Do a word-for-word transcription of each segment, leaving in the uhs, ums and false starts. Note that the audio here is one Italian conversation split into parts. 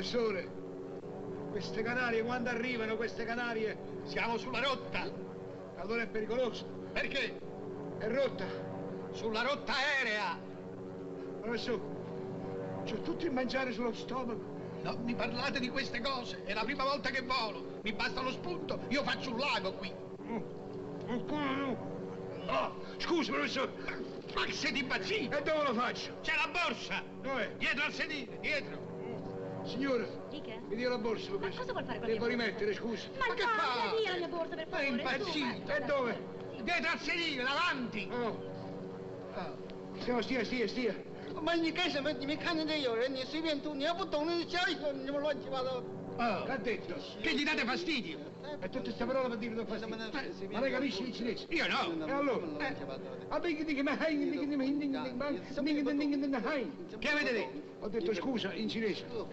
Professore, queste canarie, quando arrivano queste canarie? Siamo sulla rotta. Allora è pericoloso. Perché? È rotta. Sulla rotta aerea. Professore, c'ho tutto il mangiare sullo stomaco. Non mi parlate di queste cose, è la prima volta che volo. Mi basta lo spunto, io faccio un lago qui. Un culo no. Oh, scusi, professore. Ma che siete impazziti? E dove lo faccio? C'è la borsa! Dov'è? Dietro al sedile, dietro! Signora, Dica? mi dia la borsa, Ma professore. cosa vuol fare con la Devo mia borsa? rimettere, scusi. Ma, Ma che no, fa? via la mia borsa, per Ma è favore. impazzito! E dove? Dietro al sedile, davanti! Oh. Stiamo, stia, stia, stia. 妈，你干什么？你没看见这有人，你随便读，你要不懂那叫一声，你他妈乱七八糟。 Oh, Che ha detto? che gli date fastidio? E tutte queste parole per dire che do fastidio. Ma lei capisce il cinese? Io no! E allora? Eh. Ah, perché dici ma hai, dici ma hai, dici ma hai. Che avete detto? Ho detto scusa in cinese. Oh.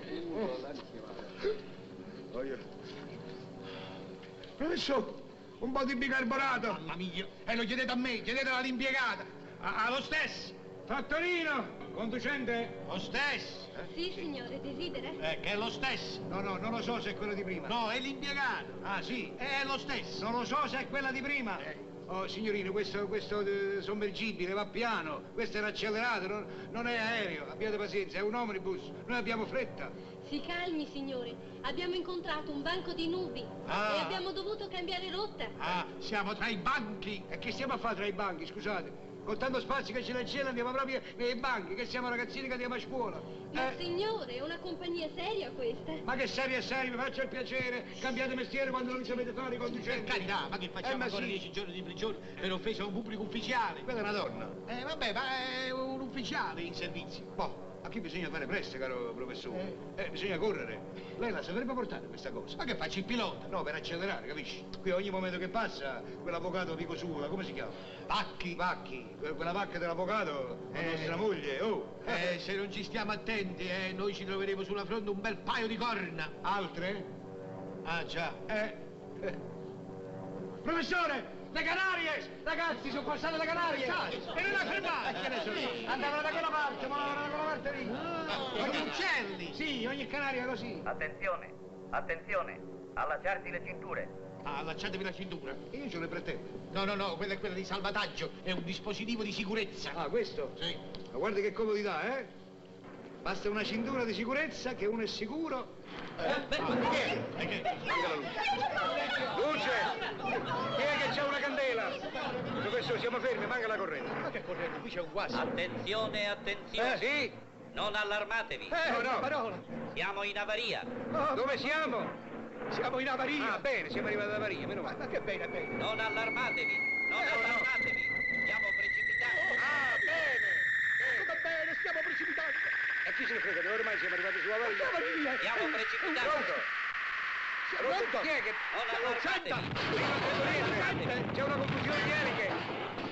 Oh, io. Professore, un po' di bicarbonato. Mamma mia! E lo chiedete a me, chiedetelo all'impiegata! Allo stesso! Fattorino, conducente. Lo stesso! Sì, signore, desidera? Eh, che è lo stesso! No, no, non lo so se è quello di prima. No, è l'impiegato! Ah, sì? È lo stesso! Non lo so se è quella di prima. Eh. Oh, signorino, questo, questo eh, sommergibile va piano, questo è accelerato, non, non è aereo. Abbiate pazienza, è un omnibus, noi abbiamo fretta. Si calmi, signore. Abbiamo incontrato un banco di nubi Ah. e abbiamo dovuto cambiare rotta. Ah, siamo tra i banchi! E che stiamo a fare tra i banchi, scusate? Con tanto spazio che c'è nel cielo andiamo proprio nei banchi, che siamo ragazzini che andiamo a scuola. Ma Eh, signore, è una compagnia seria questa. ma che seria e seria, mi faccia il piacere, cambiate mestiere quando non sapete fare i Per conducenti. carità, ma che facciamo Eh, ma ancora sì. dieci giorni di prigione per offesa a un pubblico ufficiale? Quella è una donna. Eh, vabbè, ma è un ufficiale in servizio. Boh, a chi bisogna fare presto, caro professore? Eh, bisogna correre. Lei la saprebbe portare questa cosa? Ma che faccio il pilota? No, per accelerare, capisci? Qui ogni momento che passa, quell'avvocato dico suo, come si chiama? Vacchi! Vacchi, que- quella vacca dell'avvocato, la Eh. nostra moglie, oh! Eh, se non ci stiamo attenti, eh, noi ci troveremo sulla fronte un bel paio di corna. Altre? Ah, già. Eh. eh. Professore! Le Canarie! Ragazzi, sono passate le Canarie! E non la fermate! Eh, che ne so io? Andavano da quella parte, ma andavano da quella parte lì! Ma gli uccelli! Sì, ogni Canaria è così! Attenzione, attenzione, allacciarsi le cinture. Ah, allacciatevi la cintura. Io ce le pretendo. No, no, no, quella è quella di salvataggio, è un dispositivo di sicurezza. Ah, questo? Sì. Ma guardi che comodità, eh? Basta una cintura di sicurezza che uno è sicuro. Eh, beh, ma che? Ma che? Manca la luce. Luce! Chi è che c'ha una candela? Professore, siamo fermi, manca la corrente. Ma che corrente? Qui c'è un guasto. Attenzione, attenzione. Eh, sì? Non allarmatevi. Eh, no, no. Parola. Siamo in avaria. Dove siamo? Siamo in avaria. Ah, bene, siamo arrivati ad avaria, meno male. Ma che bene, bene. Non allarmatevi. Non Eh, no, no. allarmatevi. Stiamo precipitando. Ah, bene! Come bene, stiamo precipitando. E chi se ne frega, ormai siamo arrivati sulla varia. Stiamo precipitando. Pronto? Pronto? Chi è che... Non allarmatevi. C'è una confusione di eliche!